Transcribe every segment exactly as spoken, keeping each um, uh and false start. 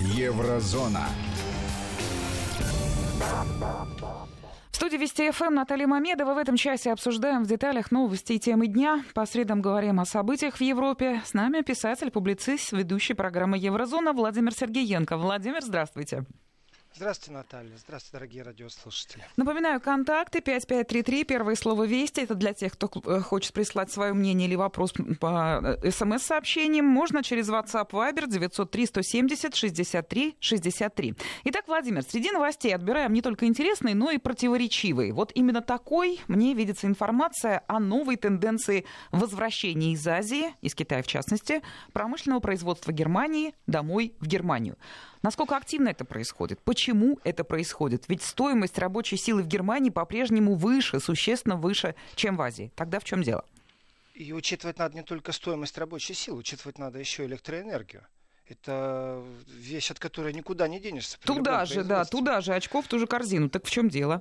Еврозона. В студии Вести ФМ Наталья Мамедова. В этом часе обсуждаем в деталях новости и темы дня. По средам говорим о событиях в Европе. С нами писатель, публицист, ведущий программы «Еврозона» Владимир Сергеенко. Владимир, здравствуйте. Здравствуйте, Наталья. Здравствуйте, дорогие радиослушатели. Напоминаю, контакты пять пять три три, первое слово «Вести». Это для тех, кто хочет прислать свое мнение или вопрос по смс-сообщениям. Можно через WhatsApp, Viber девятьсот три сто семьдесят шестьдесят три шестьдесят три. Итак, Владимир, среди новостей отбираем не только интересные, но и противоречивые. Вот именно такой мне видится информация о новой тенденции возвращения из Азии, из Китая в частности, промышленного производства Германии домой в Германию. Насколько активно это происходит? Почему это происходит? Ведь стоимость рабочей силы в Германии по-прежнему выше, существенно выше, чем в Азии. Тогда в чем дело? И учитывать надо не только стоимость рабочей силы, учитывать надо еще электроэнергию. Это вещь, от которой никуда не денешься. Туда же, да, туда же, очков в ту же корзину. Так в чем дело?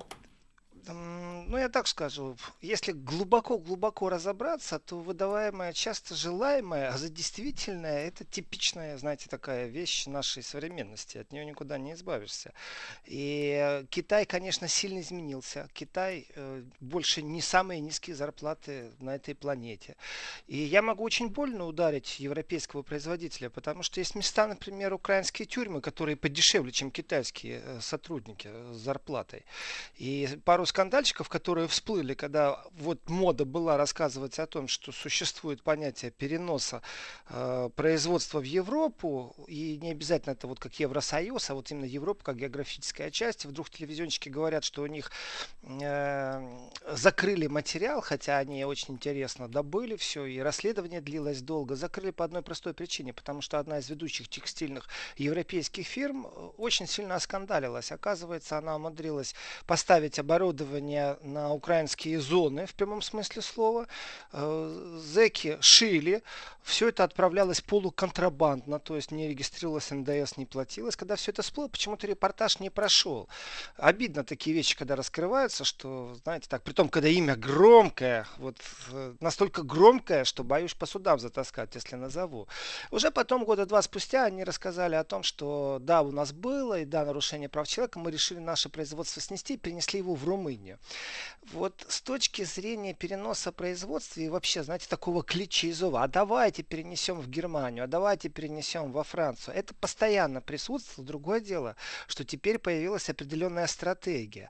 Ну, я так скажу, если глубоко-глубоко разобраться, то выдаваемое часто желаемое, а за действительное, это типичная, знаете, такая вещь нашей современности. От нее никуда не избавишься. И Китай, конечно, сильно изменился. Китай э, больше не самые низкие зарплаты на этой планете. И я могу очень больно ударить европейского производителя, потому что есть места, например, украинские тюрьмы, которые подешевле, чем китайские сотрудники с зарплатой. И пару скандальчиков, которые всплыли, когда вот мода была рассказывать о том, что существует понятие переноса э, производства в Европу, и не обязательно это вот как Евросоюз, а вот именно Европа как географическая часть. И вдруг телевизионщики говорят, что у них э, закрыли материал, хотя они очень интересно добыли все, и расследование длилось долго. Закрыли по одной простой причине, потому что одна из ведущих текстильных европейских фирм очень сильно оскандалилась. Оказывается, она умудрилась поставить оборудование на украинские зоны, в прямом смысле слова. Зэки шили. Все это отправлялось полуконтрабандно, то есть не регистрировалось эн дэ эс, не платилось. Когда все это всплыло, почему-то репортаж не прошел. Обидно такие вещи, когда раскрываются, что, знаете, так, при том, когда имя громкое, вот настолько громкое, что боюсь по судам затаскать, если назову. Уже потом, года два спустя, они рассказали о том, что да, у нас было, и да, нарушение прав человека, мы решили наше производство снести и перенесли его в Румынию. Вот с точки зрения переноса производства и вообще, знаете, такого клича и зова, а давайте перенесем в Германию, а давайте перенесем во Францию, это постоянно присутствовало. Другое дело, что теперь появилась определенная стратегия.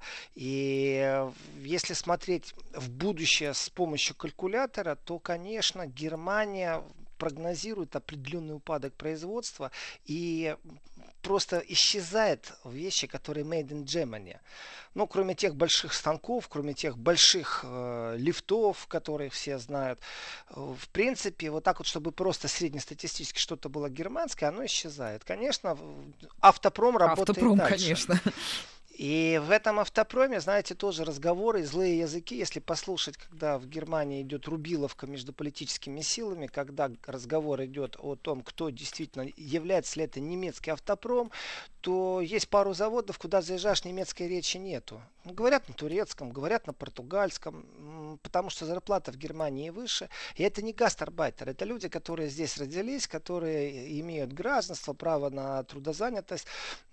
И если смотреть в будущее с помощью калькулятора, то, конечно, Германия прогнозирует определенный упадок производства и просто исчезает вещи, которые made in Germany. Ну, кроме тех больших станков, кроме тех больших э, лифтов, которые все знают, э, в принципе, вот так вот, чтобы просто среднестатистически что-то было германское, оно исчезает. Конечно, автопром работает Автопром, дальше. Конечно. И в этом автопроме, знаете, тоже разговоры, злые языки, если послушать, когда в Германии идет рубиловка между политическими силами, когда разговор идет о том, кто действительно является ли это немецкий автопром, то есть пару заводов, куда заезжаешь, немецкой речи нету. Говорят на турецком, говорят на португальском, потому что зарплата в Германии выше. И это не гастарбайтер, это люди, которые здесь родились, которые имеют гражданство, право на трудозанятость,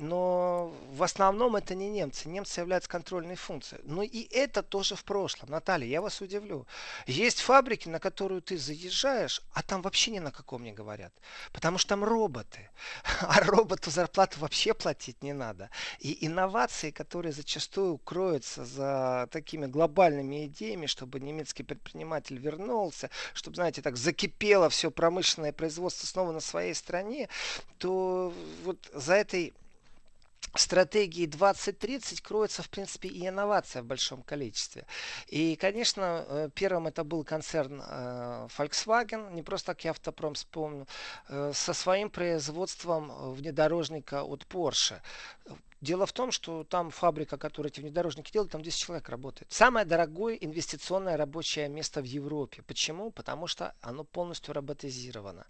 но в основном это не немцы. Немцы являются контрольной функцией. Но и это тоже в прошлом. Наталья, я вас удивлю. Есть фабрики, на которую ты заезжаешь, а там вообще ни на каком не говорят. Потому что там роботы. А роботу зарплату вообще платить не надо. И инновации, которые зачастую кроются за такими глобальными идеями, чтобы немецкий предприниматель вернулся, чтобы, знаете, так закипело все промышленное производство снова на своей стране, то вот за этой стратегии двадцать тридцать кроется, в принципе, и инновация в большом количестве. И, конечно, первым это был концерн Volkswagen, не просто так я автопром вспомнил, со своим производством внедорожника от Porsche. Дело в том, что там фабрика, которая эти внедорожники делает, там десять человек работает. Самое дорогое инвестиционное рабочее место в Европе. Почему? Потому что оно полностью роботизировано.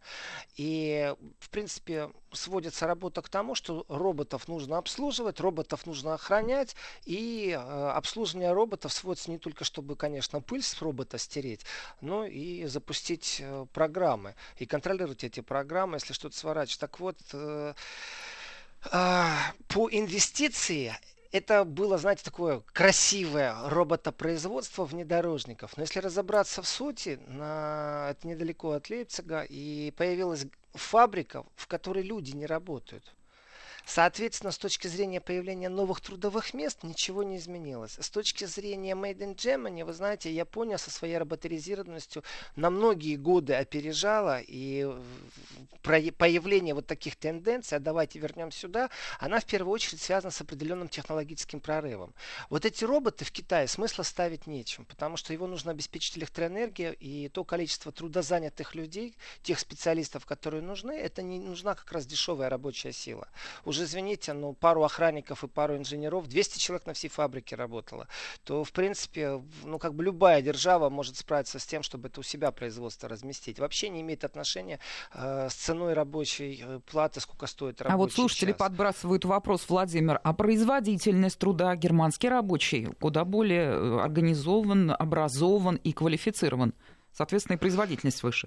И, в принципе, сводится работа к тому, что роботов нужно обслуживать, роботов нужно охранять, и э, обслуживание роботов сводится не только, чтобы, конечно, пыль с робота стереть, но и запустить э, программы и контролировать эти программы, если что-то сворачивать. Так вот, э, А, По инвестиции это было, знаете, такое красивое роботопроизводство внедорожников. Но если разобраться в сути, на... это недалеко от Лейпцига, и появилась фабрика, в которой люди не работают. Соответственно, с точки зрения появления новых трудовых мест ничего не изменилось. С точки зрения Made in Germany, вы знаете, Япония со своей роботизированностью на многие годы опережала, и появление вот таких тенденций, а давайте вернем сюда, она в первую очередь связана с определенным технологическим прорывом. Вот эти роботы в Китае смысла ставить нечем, потому что его нужно обеспечить электроэнергией, и то количество трудозанятых людей, тех специалистов, которые нужны, это не нужна как раз дешевая рабочая сила. Уже, извините, ну, пару охранников и пару инженеров, двести человек на всей фабрике работало, то, в принципе, ну, как бы любая держава может справиться с тем, чтобы это у себя производство разместить. Вообще не имеет отношения э, с ценой рабочей платы, сколько стоит рабочий час. А вот слушатели час. подбрасывают вопрос, Владимир, а производительность труда германский рабочий куда более организован, образован и квалифицирован. Соответственно, и производительность выше.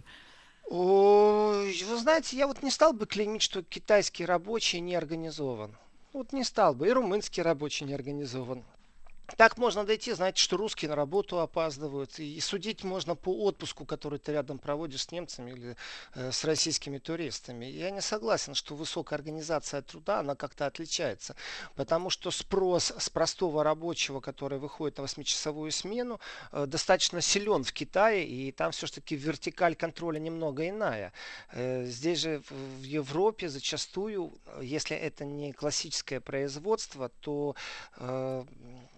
Ой, вы знаете, я вот не стал бы клеймить, что китайский рабочий не организован. Вот не стал бы. И румынский рабочий не организован. Так можно дойти, знаете, что русские на работу опаздывают. И судить можно по отпуску, который ты рядом проводишь с немцами или э, с российскими туристами. Я не согласен, что высокая организация труда, она как-то отличается. Потому что спрос с простого рабочего, который выходит на восьмичасовую смену, э, достаточно силен в Китае. И там все-таки вертикаль контроля немного иная. Э, здесь же в Европе зачастую, если это не классическое производство, то... Э,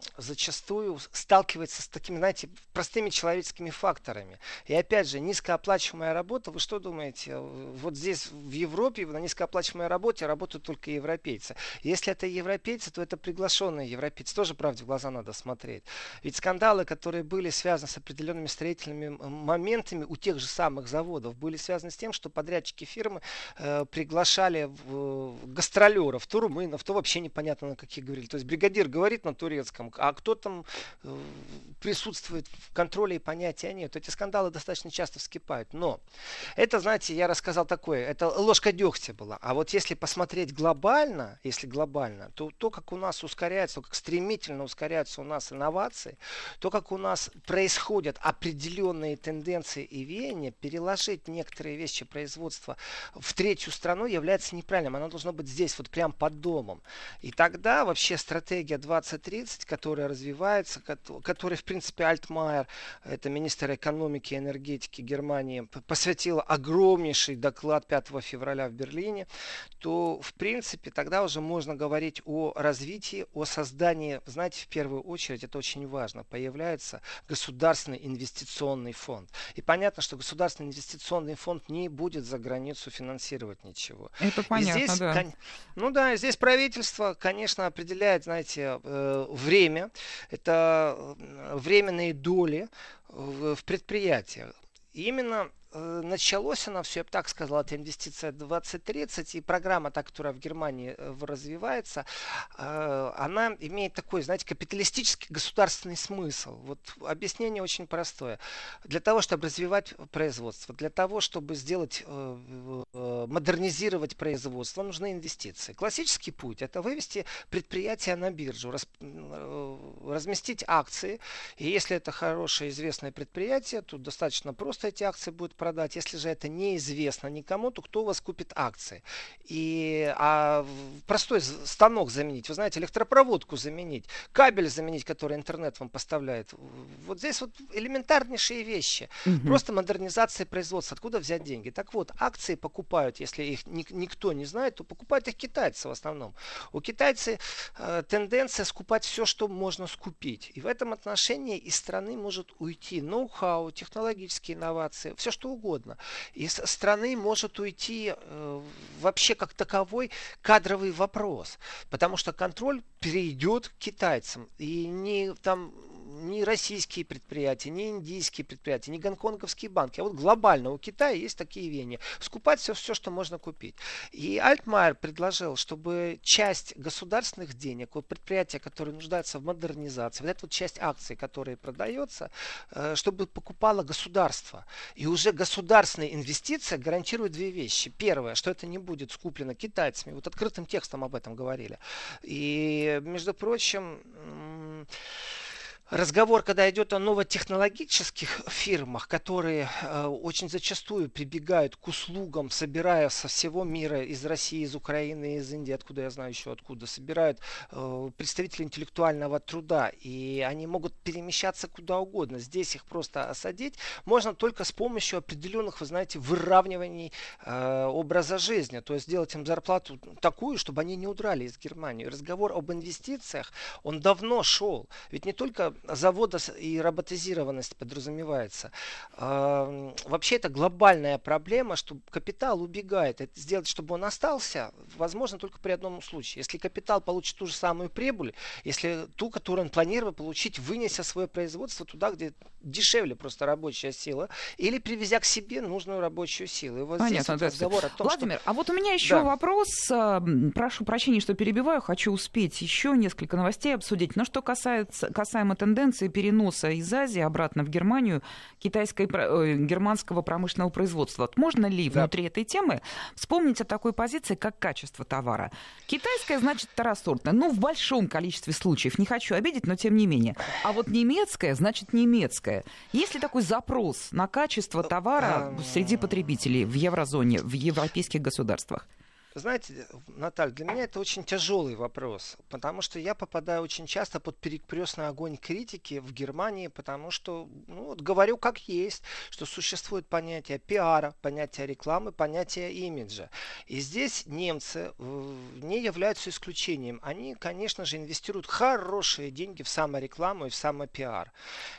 зачастую сталкивается с такими, знаете, простыми человеческими факторами. И опять же, низкооплачиваемая работа, вы что думаете? Вот здесь в Европе на низкооплачиваемой работе работают только европейцы. Если это европейцы, то это приглашенные европейцы. Тоже, правде, в глаза надо смотреть. Ведь скандалы, которые были связаны с определенными строительными моментами у тех же самых заводов, были связаны с тем, что подрядчики фирмы э, приглашали в, в гастролеров, то румынов, то вообще непонятно на каких говорили. То есть бригадир говорит на турецком, а кто там э, присутствует в контроле и понятия нет. Эти скандалы достаточно часто вскипают. Но это, знаете, я рассказал такое, это ложка дегтя была. А вот если посмотреть глобально, если глобально, то то, как у нас ускоряется, как стремительно ускоряются у нас инновации, то, как у нас происходят определенные тенденции и веяния, переложить некоторые вещи производства в третью страну является неправильным. Оно должно быть здесь, вот прям под домом. И тогда вообще стратегия двадцать тридцать, которая развивается, который, в принципе, Альтмайер, это министр экономики и энергетики Германии, посвятил огромнейший доклад пятого февраля в Берлине, то, в принципе, тогда уже можно говорить о развитии, о создании, знаете, в первую очередь, это очень важно, появляется государственный инвестиционный фонд. И понятно, что государственный инвестиционный фонд не будет за границу финансировать ничего. Это понятно, здесь, да. кон... Ну да, здесь правительство, конечно, определяет, знаете, время. Это временные доли в предприятиях. И именно началось оно все, я бы так сказал, это инвестиция двадцать тридцать, и программа, та, которая в Германии развивается, она имеет такой, знаете, капиталистический государственный смысл. Вот объяснение очень простое. Для того, чтобы развивать производство, для того, чтобы сделать, модернизировать производство, нужны инвестиции. Классический путь — это вывести предприятие на биржу, разместить акции, и если это хорошее известное предприятие, то достаточно просто эти акции будут продать. Если же это неизвестно никому, то кто у вас купит акции? И а простой станок заменить, вы знаете, электропроводку заменить, кабель заменить, который интернет вам поставляет. Вот здесь вот элементарнейшие вещи. Угу. Просто модернизация производства. Откуда взять деньги? Так вот, акции покупают, если их никто не знает, то покупают их китайцы в основном. У китайцев э, тенденция скупать все, что можно скупить. И в этом отношении из страны может уйти ноу-хау, технологические инновации, все что угодно. Из страны может уйти э, вообще как таковой кадровый вопрос, потому что контроль перейдет к китайцам. И не там ни российские предприятия, ни индийские предприятия, ни гонконговские банки. А вот глобально у Китая есть такие веяния. Скупать все, все, что можно купить. И Альтмайер предложил, чтобы часть государственных денег, вот предприятия, которые нуждаются в модернизации, вот эта вот часть акций, которая продается, чтобы покупало государство. И уже государственная инвестиция гарантирует две вещи. Первое, что это не будет скуплено китайцами. Вот открытым текстом об этом говорили. И, между прочим, разговор, когда идет о новотехнологических фирмах, которые э, очень зачастую прибегают к услугам, собирая со всего мира, из России, из Украины, из Индии, откуда я знаю еще откуда, собирают э, представителей интеллектуального труда, и они могут перемещаться куда угодно. Здесь их просто осадить можно только с помощью определенных, вы знаете, выравниваний э, образа жизни, то есть сделать им зарплату такую, чтобы они не удрали из Германии. Разговор об инвестициях, он давно шел, ведь не только завода и роботизированность подразумевается. Э, вообще это глобальная проблема, что капитал убегает. Это сделать, чтобы он остался, возможно только при одном случае. Если капитал получит ту же самую прибыль, если ту, которую он планировал получить, вынеся свое производство туда, где дешевле просто рабочая сила, или привезя к себе нужную рабочую силу. И вот Понятно, здесь да. вот разговор о том, Владимир, что... а вот у меня еще Да. вопрос. Прошу прощения, что перебиваю. Хочу успеть еще несколько новостей обсудить. Но что касается, касаемо тенденции переноса из Азии обратно в Германию китайской, э, германского промышленного производства. Вот можно ли Да. внутри этой темы вспомнить о такой позиции, как качество товара? Китайское значит второсортное. Ну, в большом количестве случаев. Не хочу обидеть, но тем не менее. А вот немецкое значит немецкое. Есть ли такой запрос на качество товара среди потребителей в еврозоне, в европейских государствах? Знаете, Наталья, для меня это очень тяжелый вопрос, потому что я попадаю очень часто под перекрестный огонь критики в Германии, потому что, ну, вот говорю как есть, что существует понятие пиара, понятие рекламы, понятие имиджа. И здесь немцы не являются исключением. Они, конечно же, инвестируют хорошие деньги в саморекламу и в самопиар.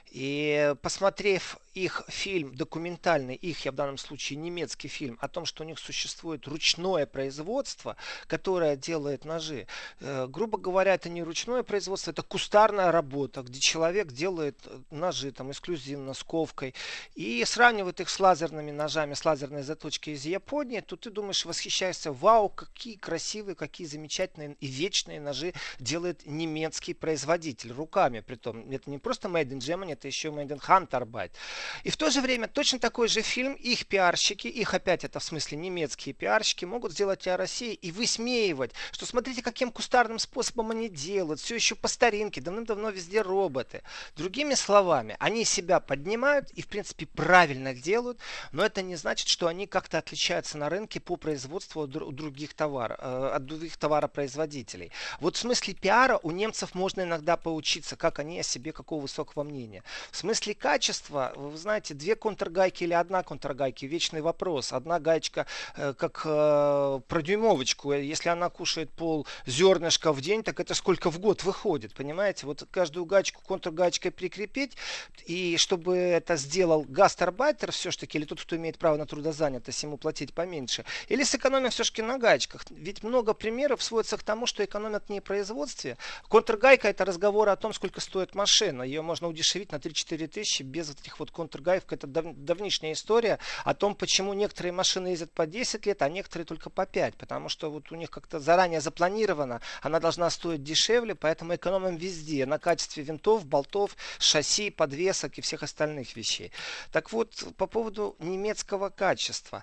И посмотрев их фильм документальный, их, я в данном случае немецкий фильм, о том, что у них существует ручное производство, которое делает ножи. Э, грубо говоря, это не ручное производство, это кустарная работа, где человек делает ножи там эксклюзивно, с ковкой, и сравнивает их с лазерными ножами, с лазерной заточкой из Японии, то ты думаешь, восхищаешься, вау, какие красивые, какие замечательные и вечные ножи делает немецкий производитель руками. Притом, это не просто made in Germany, это еще made in Handarbeit. И в то же время точно такой же фильм их пиарщики, их опять это в смысле немецкие пиарщики, могут сделать о России и высмеивать, что смотрите, каким кустарным способом они делают, все еще по старинке, давным-давно везде роботы. Другими словами, они себя поднимают и в принципе правильно делают, но это не значит, что они как-то отличаются на рынке по производству от других товаров, от других товаропроизводителей. Вот в смысле пиара у немцев можно иногда поучиться, как они о себе какого высокого мнения. В смысле качества, вы знаете, две контргайки или одна контргайки, вечный вопрос. Одна гаечка э, как э, про дюймовочку, если она кушает пол зернышка в день, так это сколько в год выходит, понимаете? Вот каждую гаечку контргаечкой прикрепить, и чтобы это сделал гастарбайтер все-таки, или тот, кто имеет право на трудозанятость, ему платить поменьше, или сэкономим все-таки на гаечках. Ведь много примеров сводится к тому, что экономят не в производстве. Контргайка — это разговор о том, сколько стоит машина. Ее можно удешевить на три-четыре тысячи без вот этих вот контргаев. Это дав, давнишняя история о том, почему некоторые машины ездят по десять лет, а некоторые только по пять. Потому что вот у них как-то заранее запланировано, она должна стоить дешевле, поэтому экономим везде. На качестве винтов, болтов, шасси, подвесок и всех остальных вещей. Так вот, по поводу немецкого качества.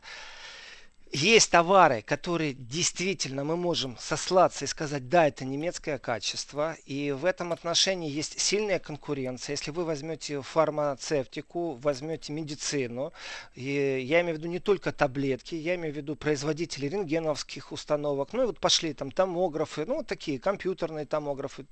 Есть товары, которые действительно мы можем сослаться и сказать, да, это немецкое качество. И в этом отношении есть сильная конкуренция. Если вы возьмете фармацевтику, возьмете медицину, и я имею в виду не только таблетки, я имею в виду производителей рентгеновских установок, ну и вот пошли там томографы, ну вот такие компьютерные томографы.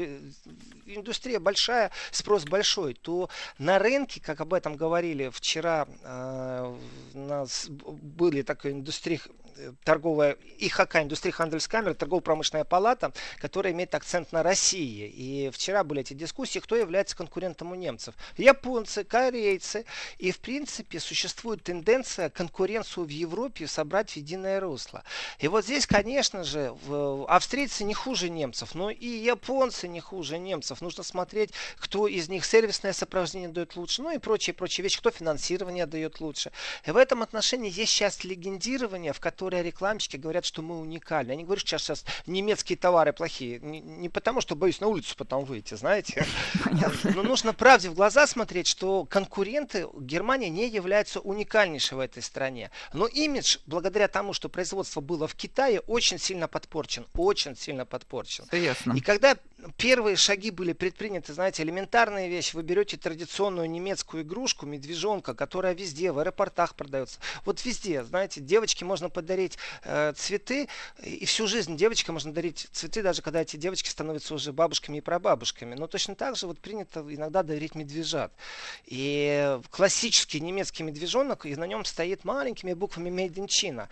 Индустрия большая, спрос большой. То на рынке, как об этом говорили вчера, э, у нас были такие индустрии, индустрии, торговая и ХК, индустрия Хандельскамер, торгово-промышленная палата, которая имеет акцент на России. И вчера были эти дискуссии, кто является конкурентом у немцев. Японцы, корейцы. И, в принципе, существует тенденция конкуренцию в Европе собрать в единое русло. И вот здесь, конечно же, австрийцы не хуже немцев, но и японцы не хуже немцев. Нужно смотреть, кто из них сервисное сопровождение дает лучше, ну и прочие-прочие вещи, кто финансирование дает лучше. И в этом отношении есть сейчас легендирование, в котором рекламщики говорят, что мы уникальны. Я не говорю, что сейчас немецкие товары плохие. Не, не потому, что боюсь на улицу потом выйти, знаете. Но нужно правде в глаза смотреть, что конкуренты Германии не являются уникальнейшей в этой стране. Но имидж, благодаря тому, что производство было в Китае, очень сильно подпорчен. Очень сильно подпорчен. Ясно. И когда первые шаги были предприняты, знаете, элементарная вещь. Вы берете традиционную немецкую игрушку, медвежонка, которая везде, в аэропортах продается. Вот везде, знаете, девочке можно подарить э, цветы, и всю жизнь девочкам можно дарить цветы, даже когда эти девочки становятся уже бабушками и прабабушками. Но точно так же вот принято иногда дарить медвежат. И классический немецкий медвежонок, и на нем стоит маленькими буквами Made in China.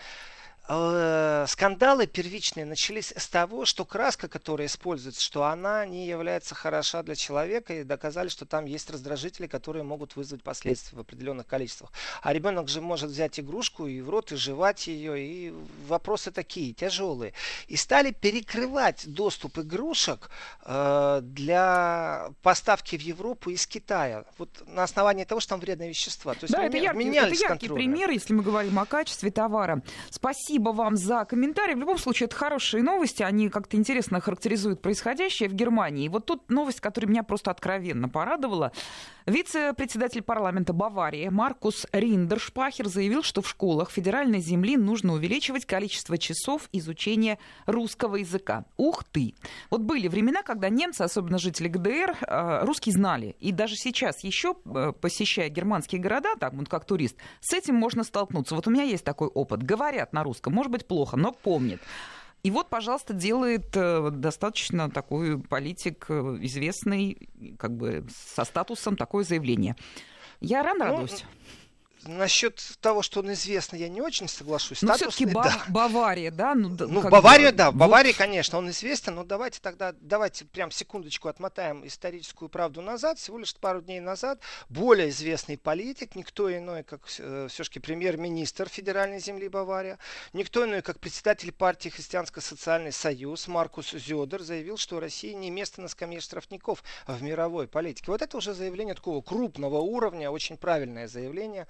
Скандалы первичные начались с того, что краска, которая используется, что она не является хороша для человека, и доказали, что там есть раздражители, которые могут вызвать последствия в определенных количествах. А ребенок же может взять игрушку и в рот, и жевать ее, и вопросы такие, тяжелые. И стали перекрывать доступ игрушек э, для поставки в Европу из Китая. Вот на основании того, что там вредные вещества. То есть да, это яркий, это яркий пример, если мы говорим о качестве товара. Спасибо. Спасибо вам за комментарий. В любом случае, это хорошие новости. Они как-то интересно характеризуют происходящее в Германии. И вот тут новость, которая меня просто откровенно порадовала. Вице-председатель парламента Баварии Маркус Риндершпахер заявил, что в школах федеральной земли нужно увеличивать количество часов изучения русского языка. Ух ты! Вот были времена, когда немцы, особенно жители ГДР, русский знали. И даже сейчас еще, посещая германские города, так вот как турист, с этим можно столкнуться. Вот у меня есть такой опыт. Говорят на русском, может быть, плохо, но помнят. И вот, пожалуйста, делает э, достаточно такой политик э, известный, как бы со статусом, такое заявление. Я рано ну, радуюсь. Насчет того, что он известный, я не очень соглашусь. Но все-таки Бав- да. Бавария, да? Ну, ну в Баварии, бы, да, в вот. Баварии, конечно, он известен, но давайте тогда, давайте прям секундочку отмотаем историческую правду назад. Всего лишь пару дней назад более известный политик, никто иной, как э, все-таки премьер-министр федеральной земли Бавария, никто иной, как председатель партии Христианско-социальный союз Маркус Зёдер заявил, что Россия не место на скамье штрафников в мировой политике. Вот это уже заявление такого крупного уровня, очень правильное заявление.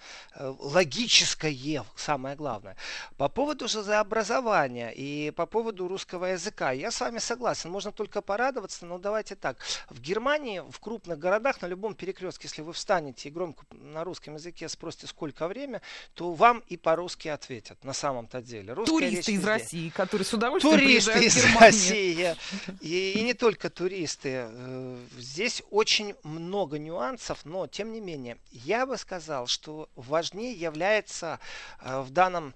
Логическое, самое главное. По поводу же образования и по поводу русского языка, я с вами согласен, можно только порадоваться, но давайте так. В Германии, в крупных городах, на любом перекрестке, если вы встанете и громко на русском языке спросите, сколько время, то вам и по-русски ответят, на самом-то деле. Русская туристы из России, которые с удовольствием туристы приезжают из в Германию. России. И, и не только туристы. Здесь очень много нюансов, но, тем не менее, я бы сказал, что важнее является э, в данном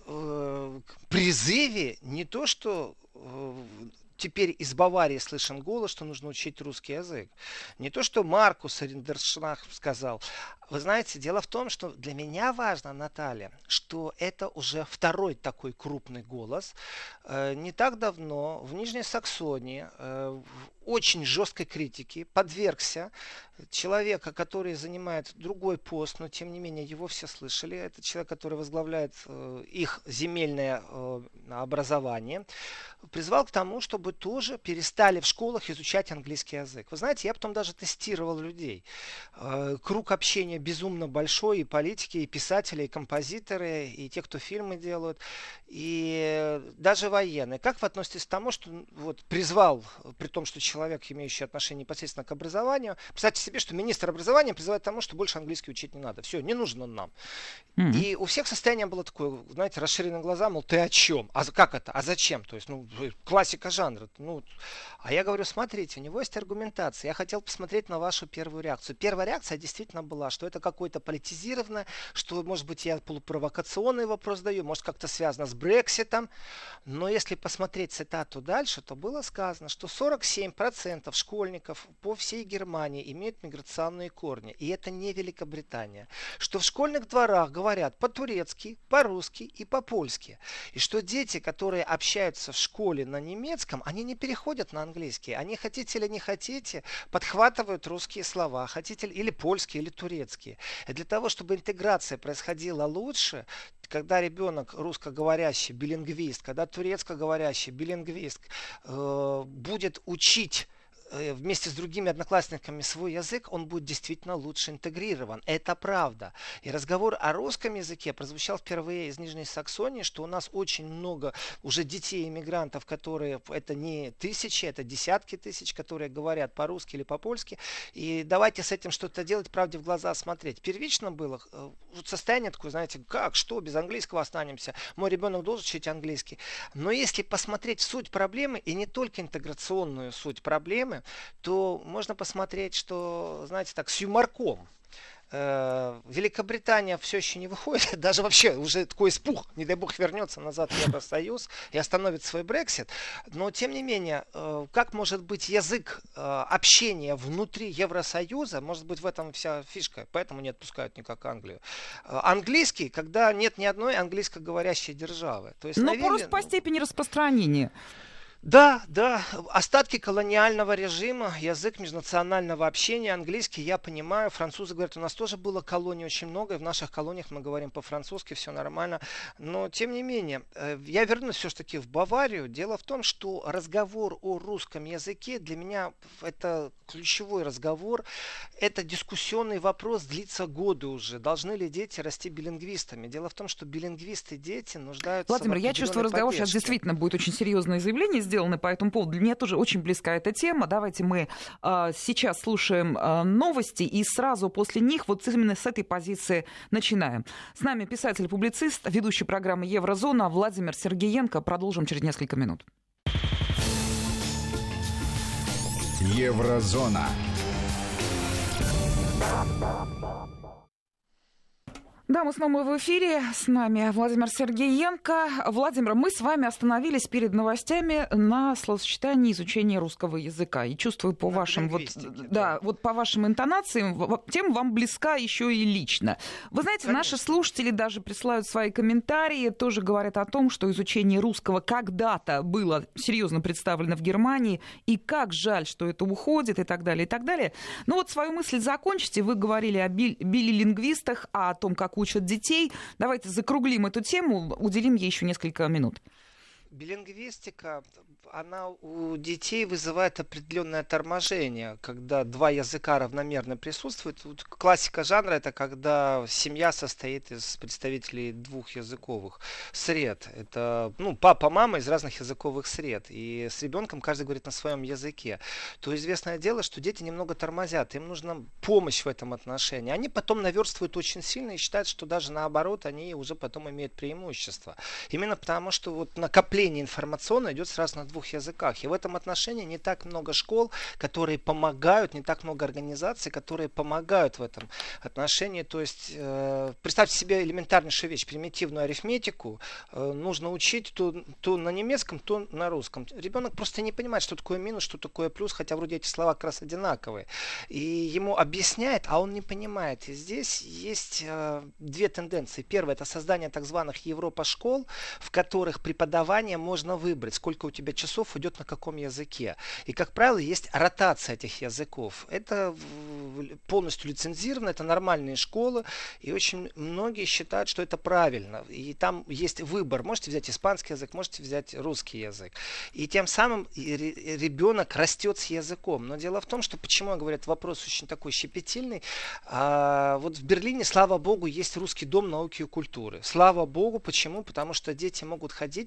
э, призыве не то, что э, теперь из Баварии слышен голос, что нужно учить русский язык. Не то, что Маркус Риндершпахер сказал. Вы знаете, дело в том, что для меня важно, Наталья, что это уже второй такой крупный голос. Э, не так давно в Нижней Саксонии э, очень жесткой критике подвергся человека, который занимает другой пост, но тем не менее его все слышали. Это человек, который возглавляет э, их земельное э, образование. Призвал к тому, чтобы тоже перестали в школах изучать английский язык. Вы знаете, я потом даже тестировал людей. Э, круг общения безумно большой, и политики, и писатели, и композиторы, и те, кто фильмы делают, и даже военные. Как вы относитесь к тому, что вот, призвал, при том, что человек, имеющий отношение непосредственно к образованию, представьте себе, что министр образования призывает к тому, что больше английский учить не надо. Все, не нужен он нам. Mm-hmm. И у всех состояние было такое, знаете, расширенные глаза, мол, ты о чем? А как это? А зачем? То есть, ну, классика жанра. Ну, а я говорю, смотрите, у него есть аргументация. Я хотел посмотреть на вашу первую реакцию. Первая реакция действительно была, что это какое-то политизированное, что, может быть, я полупровокационный вопрос даю, может, как-то связано с Брекситом. Но если посмотреть цитату дальше, то было сказано, что сорок семь процентов школьников по всей Германии имеют миграционные корни. И это не Великобритания. Что в школьных дворах говорят по-турецки, по-русски и по-польски. И что дети, которые общаются в школе на немецком, они не переходят на английский. Они, хотите или не хотите, подхватывают русские слова, хотите или польские, или турецкие. И для того, чтобы интеграция происходила лучше, когда ребенок русскоговорящий, билингвист, когда турецкоговорящий, билингвист э, будет учить вместе с другими одноклассниками свой язык, он будет действительно лучше интегрирован. Это правда. И разговор о русском языке прозвучал впервые из Нижней Саксонии, что у нас очень много уже детей-иммигрантов, которые, это не тысячи, это десятки тысяч, которые говорят по-русски или по-польски. И давайте с этим что-то делать, правде в глаза смотреть. Первично было вот состояние такое, знаете, как, что, без английского останемся? Мой ребенок должен учить английский. Но если посмотреть суть проблемы, и не только интеграционную суть проблемы, то можно посмотреть, что, знаете, так, с юморком. Великобритания все еще не выходит, даже вообще уже такой испуг, не дай бог вернется назад в Евросоюз и остановит свой Брексит. Но тем не менее, как может быть язык общения внутри Евросоюза, может быть в этом вся фишка, поэтому не отпускают никак Англию. Английский, когда нет ни одной английскоговорящей державы. То есть, но наверное, просто по степени распространения. Да, да, остатки колониального режима, язык межнационального общения, английский, я понимаю, французы говорят, у нас тоже было колоний очень много, и в наших колониях мы говорим по-французски, все нормально, но тем не менее, я вернусь все-таки в Баварию. Дело в том, что разговор о русском языке для меня это ключевой разговор, это дискуссионный вопрос, длится годы уже, должны ли дети расти билингвистами. Дело в том, что билингвисты дети нуждаются Владимир, в я чувствую, разговор поддержке. сейчас действительно будет очень серьезное заявление сделаны по этому поводу. Для меня тоже очень близка эта тема. Давайте мы э, сейчас слушаем э, новости и сразу после них вот именно с этой позиции начинаем. С нами писатель-публицист, ведущий программы «Еврозона» Владимир Сергеенко. Продолжим через несколько минут. Еврозона. Да, мы снова в эфире. С нами Владимир Сергеенко. Владимир, мы с вами остановились перед новостями на словосочетании изучения русского языка. И чувствую по на вашим вот, да. да, вот по вашим интонациям, тема вам близка еще и лично. Вы знаете, Конечно. Наши слушатели даже присылают свои комментарии, тоже говорят о том, что изучение русского когда-то было серьезно представлено в Германии, и как жаль, что это уходит, и так далее, и так далее. Ну вот свою мысль закончите. Вы говорили о били- билингвистах, о том, как учат детей. Давайте закруглим эту тему, уделим ей еще несколько минут. Билингвистика, она у детей вызывает определенное торможение, когда два языка равномерно присутствуют. Вот классика жанра — это когда семья состоит из представителей двух языковых сред. Это ну, папа, мама из разных языковых сред. И с ребенком каждый говорит на своем языке. То известное дело, что дети немного тормозят. Им нужна помощь в этом отношении. Они потом наверстывают очень сильно и считают, что даже наоборот, они уже потом имеют преимущество. Именно потому, что вот накопление информационное идет сразу на двух языках. И в этом отношении не так много школ, которые помогают, не так много организаций, которые помогают в этом отношении. То есть, э, представьте себе элементарнейшую вещь, примитивную арифметику. Э, нужно учить то, то на немецком, то на русском. Ребенок просто не понимает, что такое минус, что такое плюс, хотя вроде эти слова как раз одинаковые. И ему объясняет, а он не понимает. И здесь есть э, две тенденции. Первое — это создание так званых Европа-школ, в которых преподавание можно выбрать, сколько у тебя часов идет на каком языке. И, как правило, есть ротация этих языков. Это полностью лицензировано, это нормальные школы, и очень многие считают, что это правильно. И там есть выбор. Можете взять испанский язык, можете взять русский язык. И тем самым ребенок растет с языком. Но дело в том, что, почему я говорю, этот вопрос очень такой щепетильный. А, вот в Берлине, слава богу, есть русский дом науки и культуры. Слава богу, почему? Потому что дети могут ходить туда не только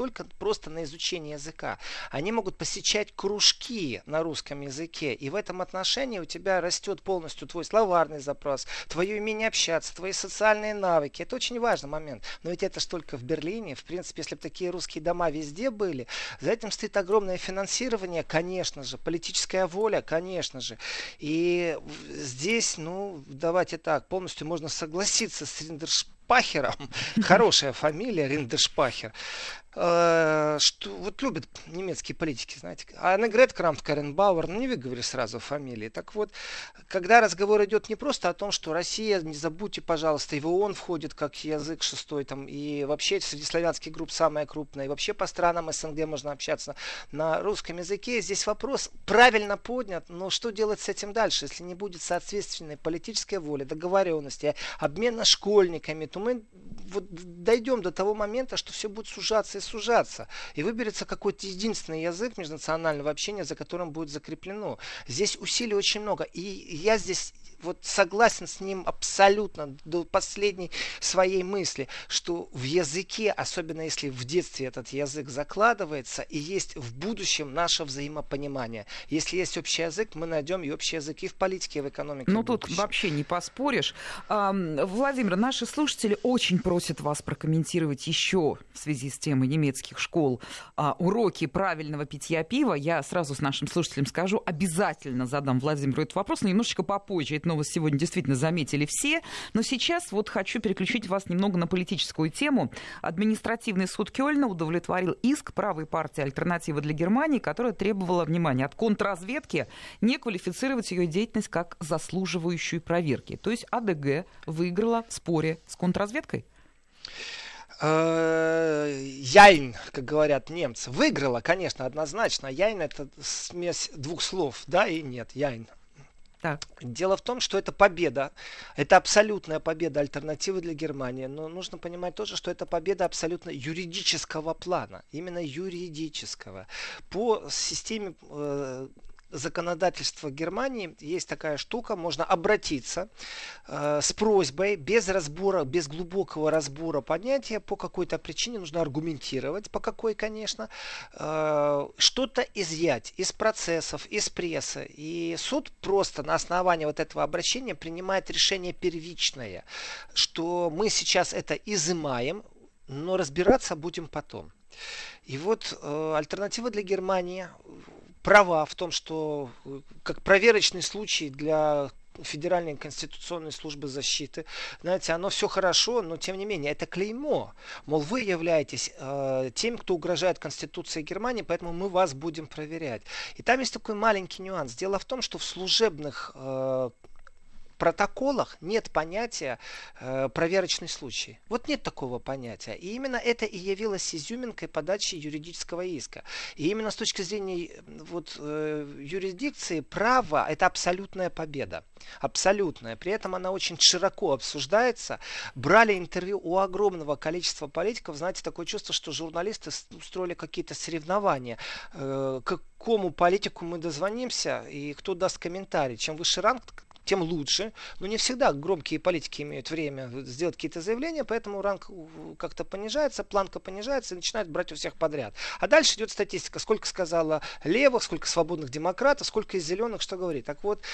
только просто на изучение языка. Они могут посещать кружки на русском языке. И в этом отношении у тебя растет полностью твой словарный запрос, твое умение общаться, твои социальные навыки. Это очень важный момент. Но ведь это ж только в Берлине. В принципе, если бы такие русские дома везде были, за этим стоит огромное финансирование, конечно же, политическая воля, конечно же. И здесь, ну, давайте так, полностью можно согласиться с Риндершпахером. Хорошая фамилия, Риндершпахер. Что вот любят немецкие политики, знаете. Аннегрет Крамф-Карренбауэр, ну не выговори сразу фамилии. Так вот, когда разговор идет не просто о том, что Россия, не забудьте, пожалуйста, и в ООН входит как язык шестой, там, и вообще среди славянских групп самая крупная, и вообще по странам СНГ можно общаться на русском языке. Здесь вопрос правильно поднят, но что делать с этим дальше? Если не будет соответственной политической воли, договоренности, обмена школьниками, то мы вот дойдем до того момента, что все будет сужаться и сужаться. И выберется какой-то единственный язык межнационального общения, за которым будет закреплено. Здесь усилий очень много. И я здесь вот согласен с ним абсолютно до последней своей мысли, что в языке, особенно если в детстве этот язык закладывается, и есть в будущем наше взаимопонимание. Если есть общий язык, мы найдем и общий язык и в политике, и в экономике. Ну, тут вообще не поспоришь. Владимир, наши слушатели очень просят вас прокомментировать еще в связи с темой немецких школ уроки правильного питья пива. Я сразу с нашим слушателям скажу, обязательно задам Владимиру этот вопрос, но немножечко попозже. Это новость сегодня действительно заметили все. Но сейчас вот хочу переключить вас немного на политическую тему. Административный суд Кёльна удовлетворил иск правой партии «Альтернатива для Германии», которая требовала, внимания, от контрразведки не квалифицировать ее деятельность как заслуживающую проверки. То есть АДГ выиграла в споре с контрразведкой? Яйн, как говорят немцы. Выиграла, конечно, однозначно. Яйн — это смесь двух слов. Да и нет. Яйн. Так. Дело в том, что это победа. Это абсолютная победа альтернативы для Германии. Но нужно понимать тоже, что это победа абсолютно юридического плана. Именно юридического. По системе э, законодательства Германии есть такая штука, можно обратиться э, с просьбой без разбора, без глубокого разбора понятия, по какой-то причине нужно аргументировать, по какой, конечно, э, что-то изъять из процессов, из прессы. И суд просто на основании вот этого обращения принимает решение первичное, что мы сейчас это изымаем, но разбираться будем потом. И вот э, альтернатива для Германии права в том, что как проверочный случай для Федеральной конституционной службы защиты, знаете, оно все хорошо, но тем не менее это клеймо. Мол, вы являетесь э, тем, кто угрожает Конституции Германии, поэтому мы вас будем проверять. И там есть такой маленький нюанс. Дело в том, что в служебных э, протоколах нет понятия э, проверочный случай. Вот нет такого понятия. И именно это и явилось изюминкой подачи юридического иска. И именно с точки зрения вот, э, юрисдикции права это абсолютная победа. Абсолютная. При этом она очень широко обсуждается. Брали интервью у огромного количества политиков. Знаете, такое чувство, что журналисты устроили какие-то соревнования. Э, к какому политику мы дозвонимся и кто даст комментарий. Чем выше ранг, тем лучше. Но не всегда громкие политики имеют время сделать какие-то заявления, поэтому ранг как-то понижается, планка понижается и начинают брать у всех подряд. А дальше идет статистика. Сколько сказала левых, сколько свободных демократов, сколько из зеленых, что говорит. Так вот,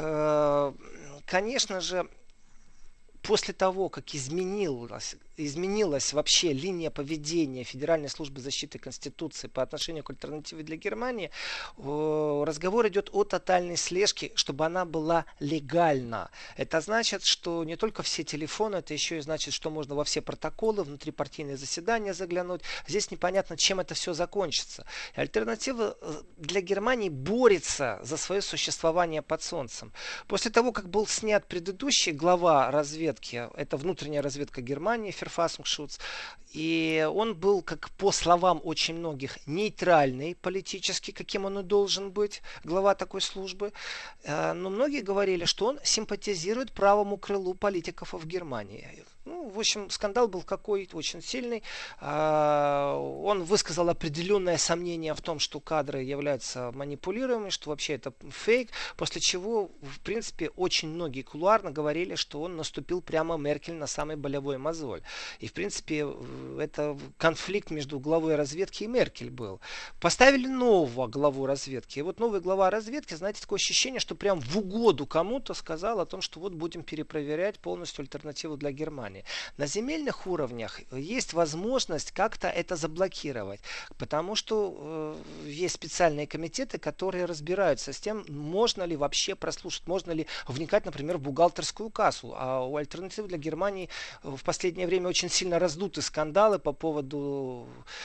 э, конечно же, после того, как изменилось, изменилась вообще линия поведения Федеральной службы защиты Конституции по отношению к альтернативе для Германии, разговор идет о тотальной слежке, чтобы она была легальна. Это значит, что не только все телефоны, это еще и значит, что можно во все протоколы, внутрипартийные заседания заглянуть. Здесь непонятно, чем это все закончится. И альтернатива для Германии борется за свое существование под солнцем. После того, как был снят предыдущий глава разведки, это внутренняя разведка Германии, Verfassungsschutz, и он был, как по словам очень многих, нейтральный политически, каким он и должен быть, глава такой службы. Но многие говорили, что он симпатизирует правому крылу политиков в Германии. Ну, в общем, скандал был какой-то очень сильный. Он он высказал определенное сомнение в том, что кадры являются манипулируемыми, что вообще это фейк, после чего, в принципе, очень многие кулуарно говорили, что он наступил прямо Меркель на самый болевой мозоль. И, в принципе, это конфликт между главой разведки и Меркель был. Поставили нового главу разведки. И вот новый глава разведки, знаете, такое ощущение, что прям в угоду кому-то сказал о том, что вот будем перепроверять полностью альтернативу для Германии. На земельных уровнях есть возможность как-то это заблокировать, потому что э, есть специальные комитеты, которые разбираются с тем, можно ли вообще прослушать, можно ли вникать, например, в бухгалтерскую кассу. А у альтернативы для Германии в последнее время очень сильно раздуты скандалы по поводу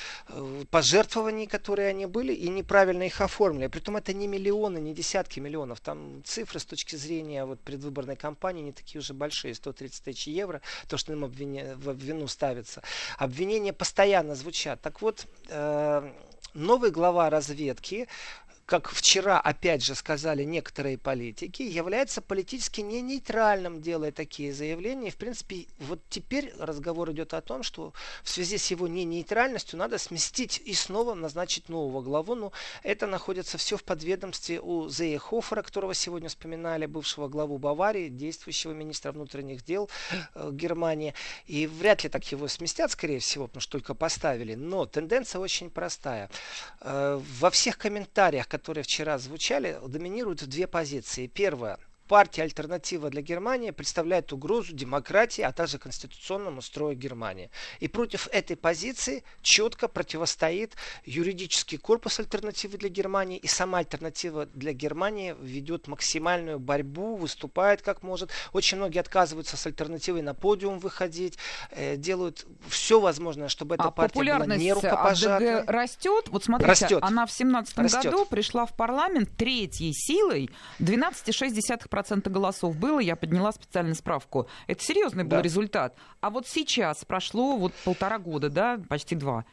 э, пожертвований, которые они были, и неправильно их оформили. Притом это не миллионы, не десятки миллионов. Там цифры с точки зрения вот, предвыборной кампании не такие уже большие. сто тридцать тысяч евро, то, что им обвиня... в вину ставится. Обвинения постоянно звучат. Так вот, э, новый глава разведки, как вчера опять же сказали некоторые политики, является политически не нейтральным, делая такие заявления. И, в принципе, вот теперь разговор идет о том, что в связи с его не нейтральностью надо сместить и снова назначить нового главу. Но это находится все в подведомстве у Зейхофера, которого сегодня вспоминали, бывшего главу Баварии, действующего министра внутренних дел э, Германии. И вряд ли так его сместят, скорее всего, потому что только поставили. Но тенденция очень простая. Э, во всех комментариях, которые вчера звучали, доминируют две позиции. Первая. Партия «Альтернатива для Германии» представляет угрозу демократии, а также конституционному строю Германии. И против этой позиции четко противостоит юридический корпус «Альтернативы для Германии». И сама «Альтернатива для Германии» ведет максимальную борьбу, выступает как может. Очень многие отказываются с «Альтернативой» на подиум выходить, э, делают все возможное, чтобы эта а партия была не рукопожатной. АДГ растет. Вот смотрите, растет. Она в семнадцатом растет. году пришла в парламент третьей силой, двенадцать целых шесть десятых процента голосов было, я подняла специальную справку. Это серьезный был да. результат. А вот сейчас прошло вот полтора года, да, почти два.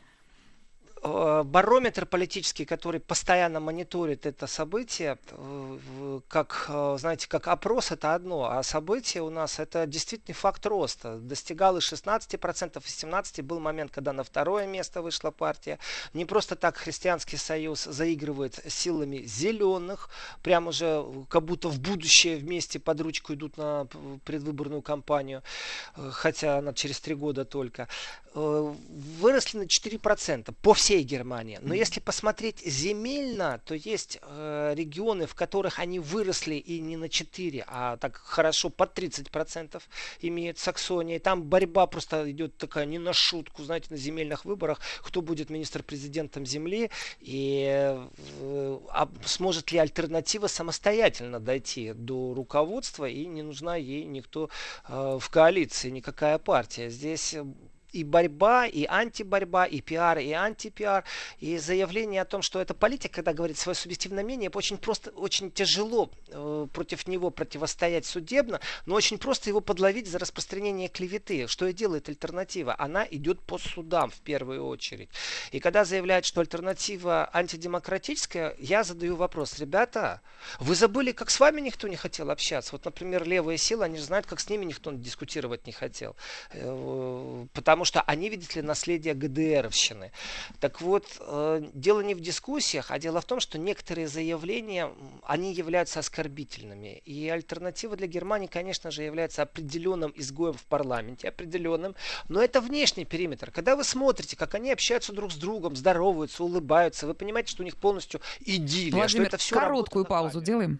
Барометр политический, который постоянно мониторит это событие, как, знаете, как опрос, это одно, а событие у нас это действительно факт роста. Достигал и шестнадцати процентов, и семнадцати процентов. Был момент, когда на второе место вышла партия. Не просто так Христианский союз заигрывает силами зеленых, прямо уже как будто в будущее вместе под ручку идут на предвыборную кампанию, хотя она через три года только. Выросли на четыре процента по всей Германии. Но если посмотреть земельно, то есть э, регионы, в которых они выросли и не на четыре, а так хорошо под тридцать процентов имеют Саксония. И там борьба просто идет такая не на шутку, знаете, на земельных выборах, кто будет министр-президентом земли и э, а сможет ли альтернатива самостоятельно дойти до руководства, и не нужна ей никто э, в коалиции, никакая партия. Здесь и борьба, и антиборьба, и пиар, и антипиар, и заявление о том, что это политик, когда говорит свое субъективное мнение, очень просто, очень тяжело э, против него противостоять судебно, но очень просто его подловить за распространение клеветы. Что и делает альтернатива? Она идет по судам в первую очередь. И когда заявляют, что альтернатива антидемократическая, я задаю вопрос: ребята, вы забыли, как с вами никто не хотел общаться? Вот, например, левые силы, они же знают, как с ними никто дискутировать не хотел. Э, потому Потому что они, видите ли, наследие ГДРовщины. Так вот, э, дело не в дискуссиях, а дело в том, что некоторые заявления, они являются оскорбительными. И альтернатива для Германии, конечно же, является определенным изгоем в парламенте, определенным. Но это внешний периметр. Когда вы смотрите, как они общаются друг с другом, здороваются, улыбаются, вы понимаете, что у них полностью идиллия. Владимир, что это все короткую паузу делаем.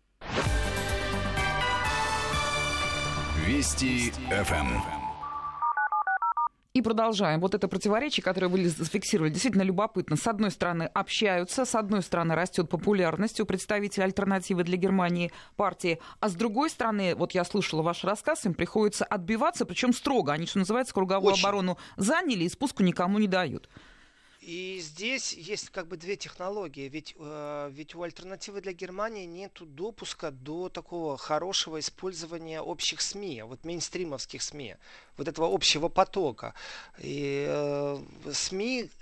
Вести эф эм. И продолжаем. Вот это противоречие, которое вы зафиксировали, действительно любопытно. С одной стороны, общаются, с одной стороны, растет популярность у представителей альтернативы для Германии партии, а с другой стороны, вот я слышала ваш рассказ, им приходится отбиваться, причем строго. Они, что называется, круговую Очень. оборону заняли и спуску никому не дают. И здесь есть как бы две технологии. Ведь, э, ведь у альтернативы для Германии нет допуска до такого хорошего использования общих СМИ, вот мейнстримовских СМИ, вот этого общего потока. И э, СМИ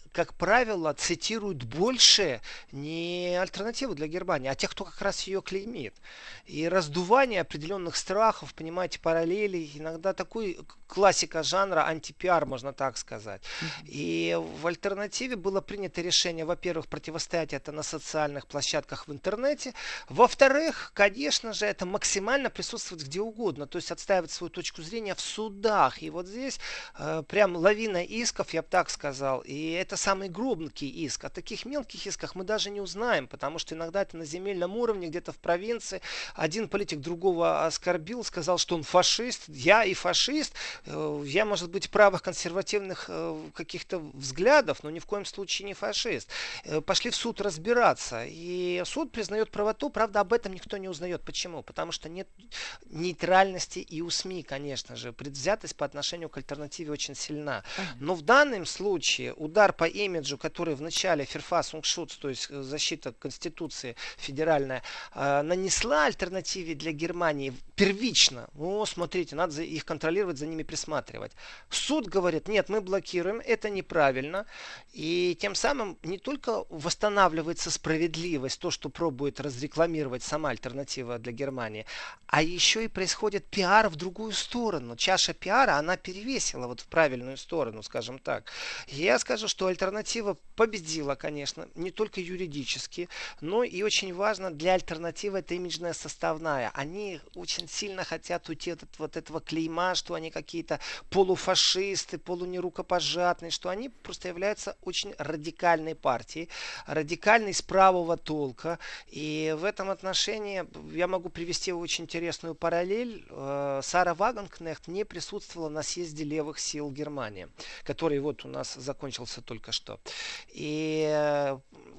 как правило, цитируют больше не альтернативу для Германии, а тех, кто как раз ее клеймит. И раздувание определенных страхов, понимаете, параллелей, иногда такой классика жанра антипиар, можно так сказать. И в альтернативе было принято решение, во-первых, противостоять это на социальных площадках в интернете, во-вторых, конечно же, это максимально присутствовать где угодно, то есть отстаивать свою точку зрения в судах. И вот здесь э, прям лавина исков, я бы так сказал, и это самый громкий иск. О таких мелких исках мы даже не узнаем, потому что иногда это на земельном уровне, где-то в провинции. Один политик другого оскорбил, сказал, что он фашист. Я и фашист. Я, может быть, правых консервативных каких-то взглядов, но ни в коем случае не фашист. Пошли в суд разбираться. И суд признает правоту. Правда, об этом никто не узнает. Почему? Потому что нет нейтральности и у СМИ, конечно же. Предвзятость по отношению к альтернативе очень сильна. Но в данном случае удар по имиджу, который в начале Verfassungsschutz, то есть защита Конституции федеральная, э, нанесла альтернативе для Германии первично. О, смотрите, надо за их контролировать, за ними присматривать. Суд говорит, нет, мы блокируем, это неправильно. И тем самым не только восстанавливается справедливость, то, что пробует разрекламировать сама альтернатива для Германии, а еще и происходит пиар в другую сторону. Чаша пиара, она перевесила вот в правильную сторону, скажем так. Я скажу, что альтернатива победила, конечно, не только юридически, но и очень важно для альтернативы это имиджная составная. Они очень сильно хотят уйти от вот этого клейма, что они какие-то полуфашисты, полунерукопожатные, что они просто являются очень радикальной партией, радикальной с правого толка. И в этом отношении я могу привести очень интересную параллель. Сара Вагенкнехт не присутствовала на съезде левых сил Германии, который вот у нас закончился только что. И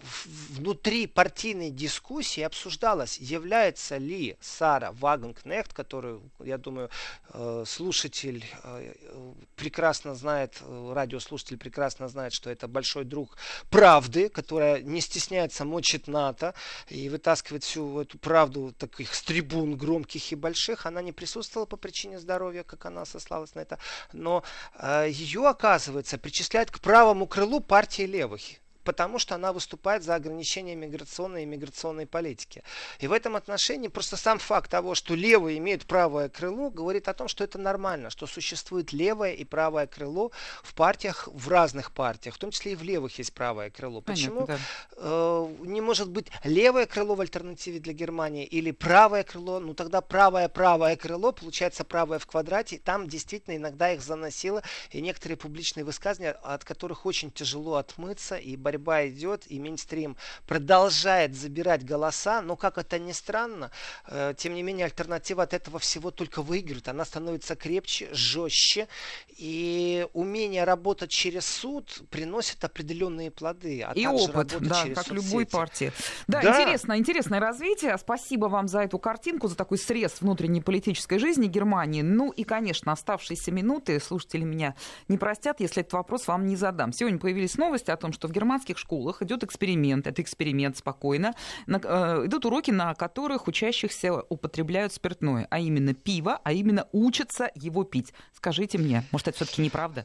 внутри партийной дискуссии обсуждалось, является ли Сара Вагенкнехт, которую, я думаю, слушатель прекрасно знает, радиослушатель прекрасно знает, что это большой друг правды, которая не стесняется мочить НАТО и вытаскивает всю эту правду таких с трибун громких и больших. Она не присутствовала по причине здоровья, как она сослалась на это, но ее, оказывается, причисляют к правому крылу партии левых. Потому что она выступает за ограничение миграционной и миграционной политики. И в этом отношении просто сам факт того, что левые имеют правое крыло, говорит о том, что это нормально, что существует левое и правое крыло в партиях, в разных партиях, в том числе и в левых есть правое крыло. Почему Понятно, да. э, не может быть левое крыло в альтернативе для Германии или правое крыло? Ну тогда правое-правое крыло, получается правое в квадрате, там действительно иногда их заносило, и некоторые публичные высказывания, от которых очень тяжело отмыться, и борьба идет, и мейнстрим продолжает забирать голоса, но как это ни странно, э, тем не менее альтернатива от этого всего только выигрывает. Она становится крепче, жестче, и умение работать через суд приносит определенные плоды. А и опыт, да, как соцсети. Любой партии. Да, да, интересно, интересное развитие. Спасибо вам за эту картинку, за такой срез внутренней политической жизни Германии. Ну и, конечно, оставшиеся минуты слушатели меня не простят, если этот вопрос вам не задам. Сегодня появились новости о том, что в германских школах идет эксперимент, это эксперимент спокойно, на, э, идут уроки, на которых учащихся употребляют спиртное, а именно пиво, а именно учатся его пить. Скажите мне, может, это все-таки неправда?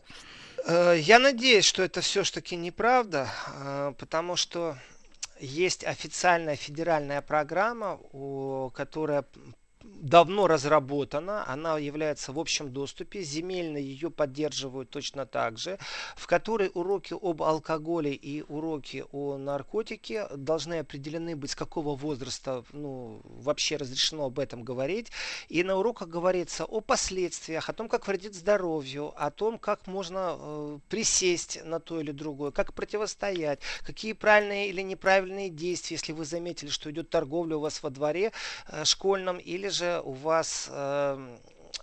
Я надеюсь, что это все-таки неправда, потому что есть официальная федеральная программа, которая давно разработана, она является в общем доступе, земельно ее поддерживают точно так же, в которой уроки об алкоголе и уроки о наркотике должны определены быть, с какого возраста ну, вообще разрешено об этом говорить. И на уроках говорится о последствиях, о том, как вредит здоровью, о том, как можно э, присесть на то или другое, как противостоять, какие правильные или неправильные действия, если вы заметили, что идет торговля у вас во дворе э, школьном, или же у вас э,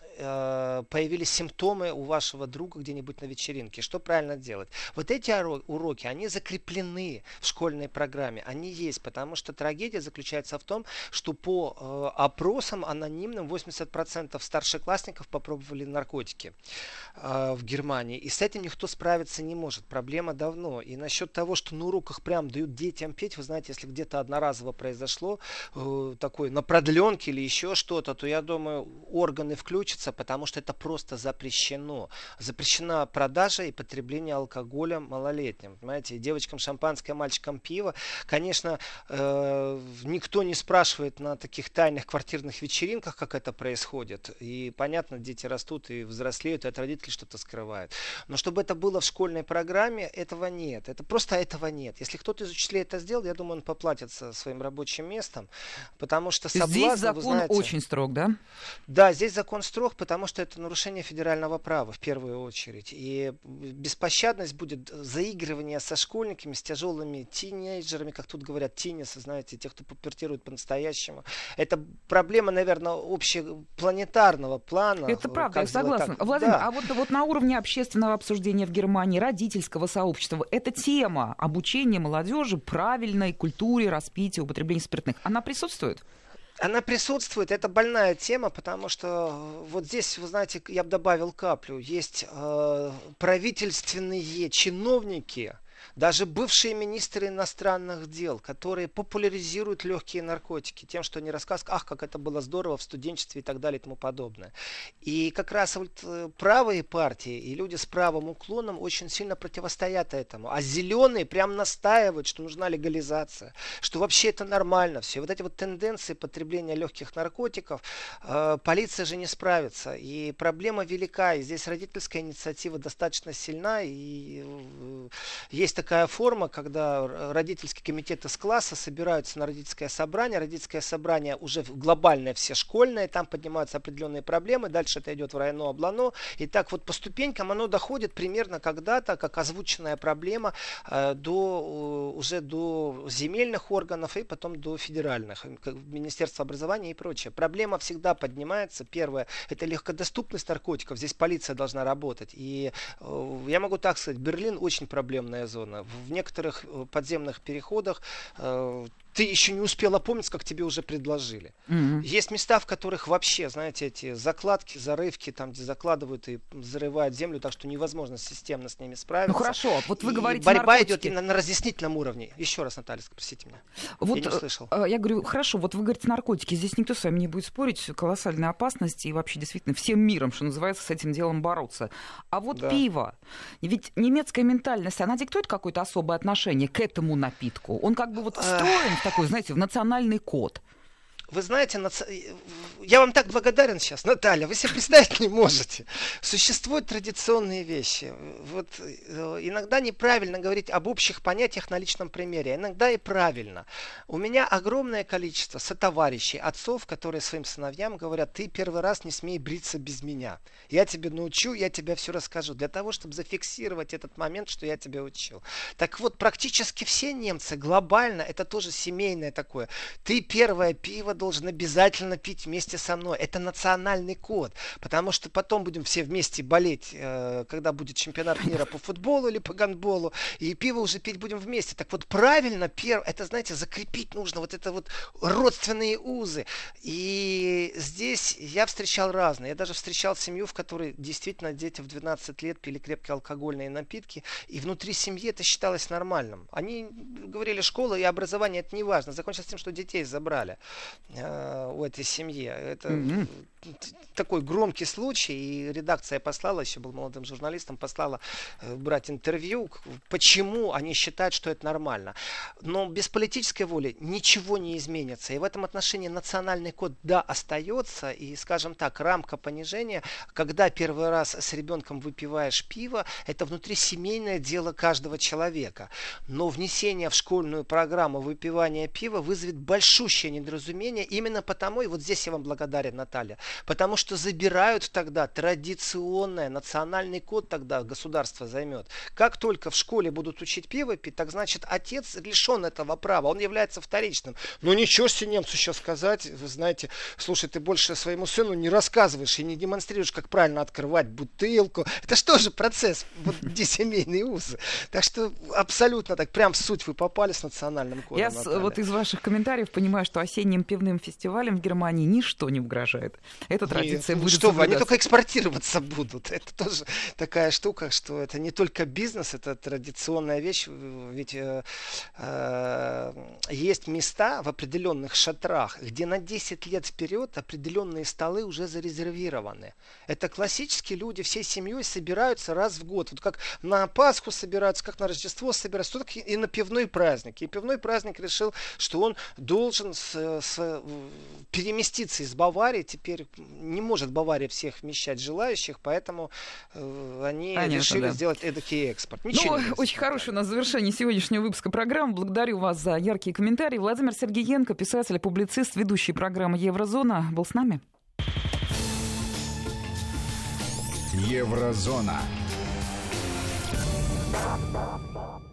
э, появились симптомы у вашего друга где-нибудь на вечеринке. Что правильно делать? Вот эти уроки, они закреплены в школьной программе. Они есть, потому что трагедия заключается в том, что по э, опросам анонимным восемьдесят процентов старшеклассников попробовали наркотики э, в Германии. И с этим никто справиться не может. Проблема давно. И насчет того, что на уроках прям дают детям петь, вы знаете, если где-то одноразово произошло э, такое на продленке или еще что-то, то я думаю, органы включатся, закончится, потому что это просто запрещено. Запрещена продажа и потребление алкоголя малолетним. Понимаете, девочкам шампанское, мальчикам пиво. Конечно, э, никто не спрашивает на таких тайных квартирных вечеринках, как это происходит. И понятно, дети растут и взрослеют, и от родителей что-то скрывают. Но чтобы это было в школьной программе, этого нет. Это просто этого нет. Если кто-то из учителей это сделал, я думаю, он поплатится своим рабочим местом, потому что соблазн, здесь закон вы знаете, очень строг, да? Да, здесь закон строг, потому что это нарушение федерального права в первую очередь. И беспощадность будет заигрывание со школьниками, с тяжелыми тинейджерами, как тут говорят, тинесы, знаете, тех, кто пупертирует по-настоящему. Это проблема, наверное, общепланетарного плана. Это правда, я согласна. Так. Владимир, Да. а вот, вот на уровне общественного обсуждения в Германии, родительского сообщества, эта тема обучения молодежи правильной культуре распития, употребления спиртных, она присутствует? Она присутствует, это больная тема, потому что вот здесь, вы знаете, я бы добавил каплю, есть э, правительственные чиновники, даже бывшие министры иностранных дел, которые популяризируют легкие наркотики тем, что они рассказывают, ах, как это было здорово в студенчестве и так далее и тому подобное. И как раз вот правые партии и люди с правым уклоном очень сильно противостоят этому. А зеленые прям настаивают, что нужна легализация, что вообще это нормально все. И вот эти вот тенденции потребления легких наркотиков, э, полиция же не справится. И проблема велика. И здесь родительская инициатива достаточно сильна. И э, есть такая форма, когда родительские комитеты с класса собираются на родительское собрание. Родительское собрание уже глобальное, все школьное, там поднимаются определенные проблемы, дальше это идет в районо, облано. И так вот по ступенькам оно доходит примерно когда-то, как озвученная проблема, до, уже до земельных органов и потом до федеральных, Министерства образования и прочее. Проблема всегда поднимается. Первое, это легкодоступность наркотиков. Здесь полиция должна работать. И я могу так сказать, Берлин очень проблемная зона. В некоторых подземных переходах э, ты еще не успел опомниться, как тебе уже предложили. Mm-hmm. Есть места, в которых вообще, знаете, эти закладки, зарывки, там, где закладывают и взрывают землю, так что невозможно системно с ними справиться. Ну хорошо, вот вы и говорите борьба наркотики. идет именно на разъяснительном уровне. Еще раз, Наталья, спросите меня. Вот, я не услышал. Я говорю, хорошо, вот вы говорите наркотики, здесь никто с вами не будет спорить, колоссальная опасность, и вообще действительно всем миром, что называется, с этим делом бороться. А вот да. пиво, ведь немецкая ментальность, она диктует какое-то особое отношение к этому напитку? Он как бы вот встроен в такой, знаете, в национальный код. Вы знаете, я вам так благодарен сейчас, Наталья, вы себе представить не можете. Существуют традиционные вещи. Вот иногда неправильно говорить об общих понятиях на личном примере, иногда и правильно. У меня огромное количество сотоварищей, отцов, которые своим сыновьям говорят, ты первый раз не смей бриться без меня. Я тебе научу, я тебе все расскажу. Для того, чтобы зафиксировать этот момент, что я тебя учил. Так вот, практически все немцы глобально, это тоже семейное такое. Ты первое пиво должен обязательно пить вместе со мной. Это национальный код. Потому что потом будем все вместе болеть, э, когда будет чемпионат мира по футболу или по гандболу. И пиво уже пить будем вместе. Так вот, правильно, перв... это, знаете, закрепить нужно. Вот это вот родственные узы. И здесь я встречал разные. Я даже встречал семью, в которой действительно дети в двенадцать лет пили крепкие алкогольные напитки. И внутри семьи это считалось нормальным. Они говорили, школа и образование это не важно. Закончилось тем, что детей забрали у этой семьи. Это mm-hmm. такой громкий случай, и редакция послала, еще был молодым журналистом, послала брать интервью, почему они считают, что это нормально. Но без политической воли ничего не изменится. И в этом отношении национальный код, да, остается, и, скажем так, рамка понижения, когда первый раз с ребенком выпиваешь пиво, это внутрисемейное дело каждого человека. Но внесение в школьную программу выпивания пива вызовет большущее недоразумение. Именно потому, и вот здесь я вам благодарен, Наталья, потому что забирают тогда традиционное, национальный код тогда государство займет. Как только в школе будут учить пиво пить, так значит отец лишен этого права, он является вторичным. Ну ничего себе немцу сейчас сказать, вы знаете, слушай, ты больше своему сыну не рассказываешь и не демонстрируешь, как правильно открывать бутылку. Это что же процесс, вот где семейные узы. Так что абсолютно так, прям в суть вы попали с национальным кодом, Я Наталья. Вот из ваших комментариев понимаю, что осенним пивным пивным фестивалям в Германии ничто не угрожает. Эта традиция Нет, будет что вы, они соблюдаться. только экспортироваться будут. Это тоже такая штука, что это не только бизнес, это традиционная вещь. Ведь э, э, есть места в определенных шатрах, где на десять лет вперед определенные столы уже зарезервированы. Это классические люди всей семьей собираются раз в год. Вот как на Пасху собираются, как на Рождество собираются. Что такое и на пивной праздник? И пивной праздник решил, что он должен с, с, переместиться из Баварии. Теперь не может Бавария всех вмещать желающих, поэтому э, они Понятно, решили да. сделать эдакий экспорт. Ну, Ничего не очень хорошее у нас завершение сегодняшнего выпуска программы. Благодарю вас за яркие комментарии. Владимир Сергеенко, писатель, публицист, ведущий программы «Еврозона», был с нами. Еврозона.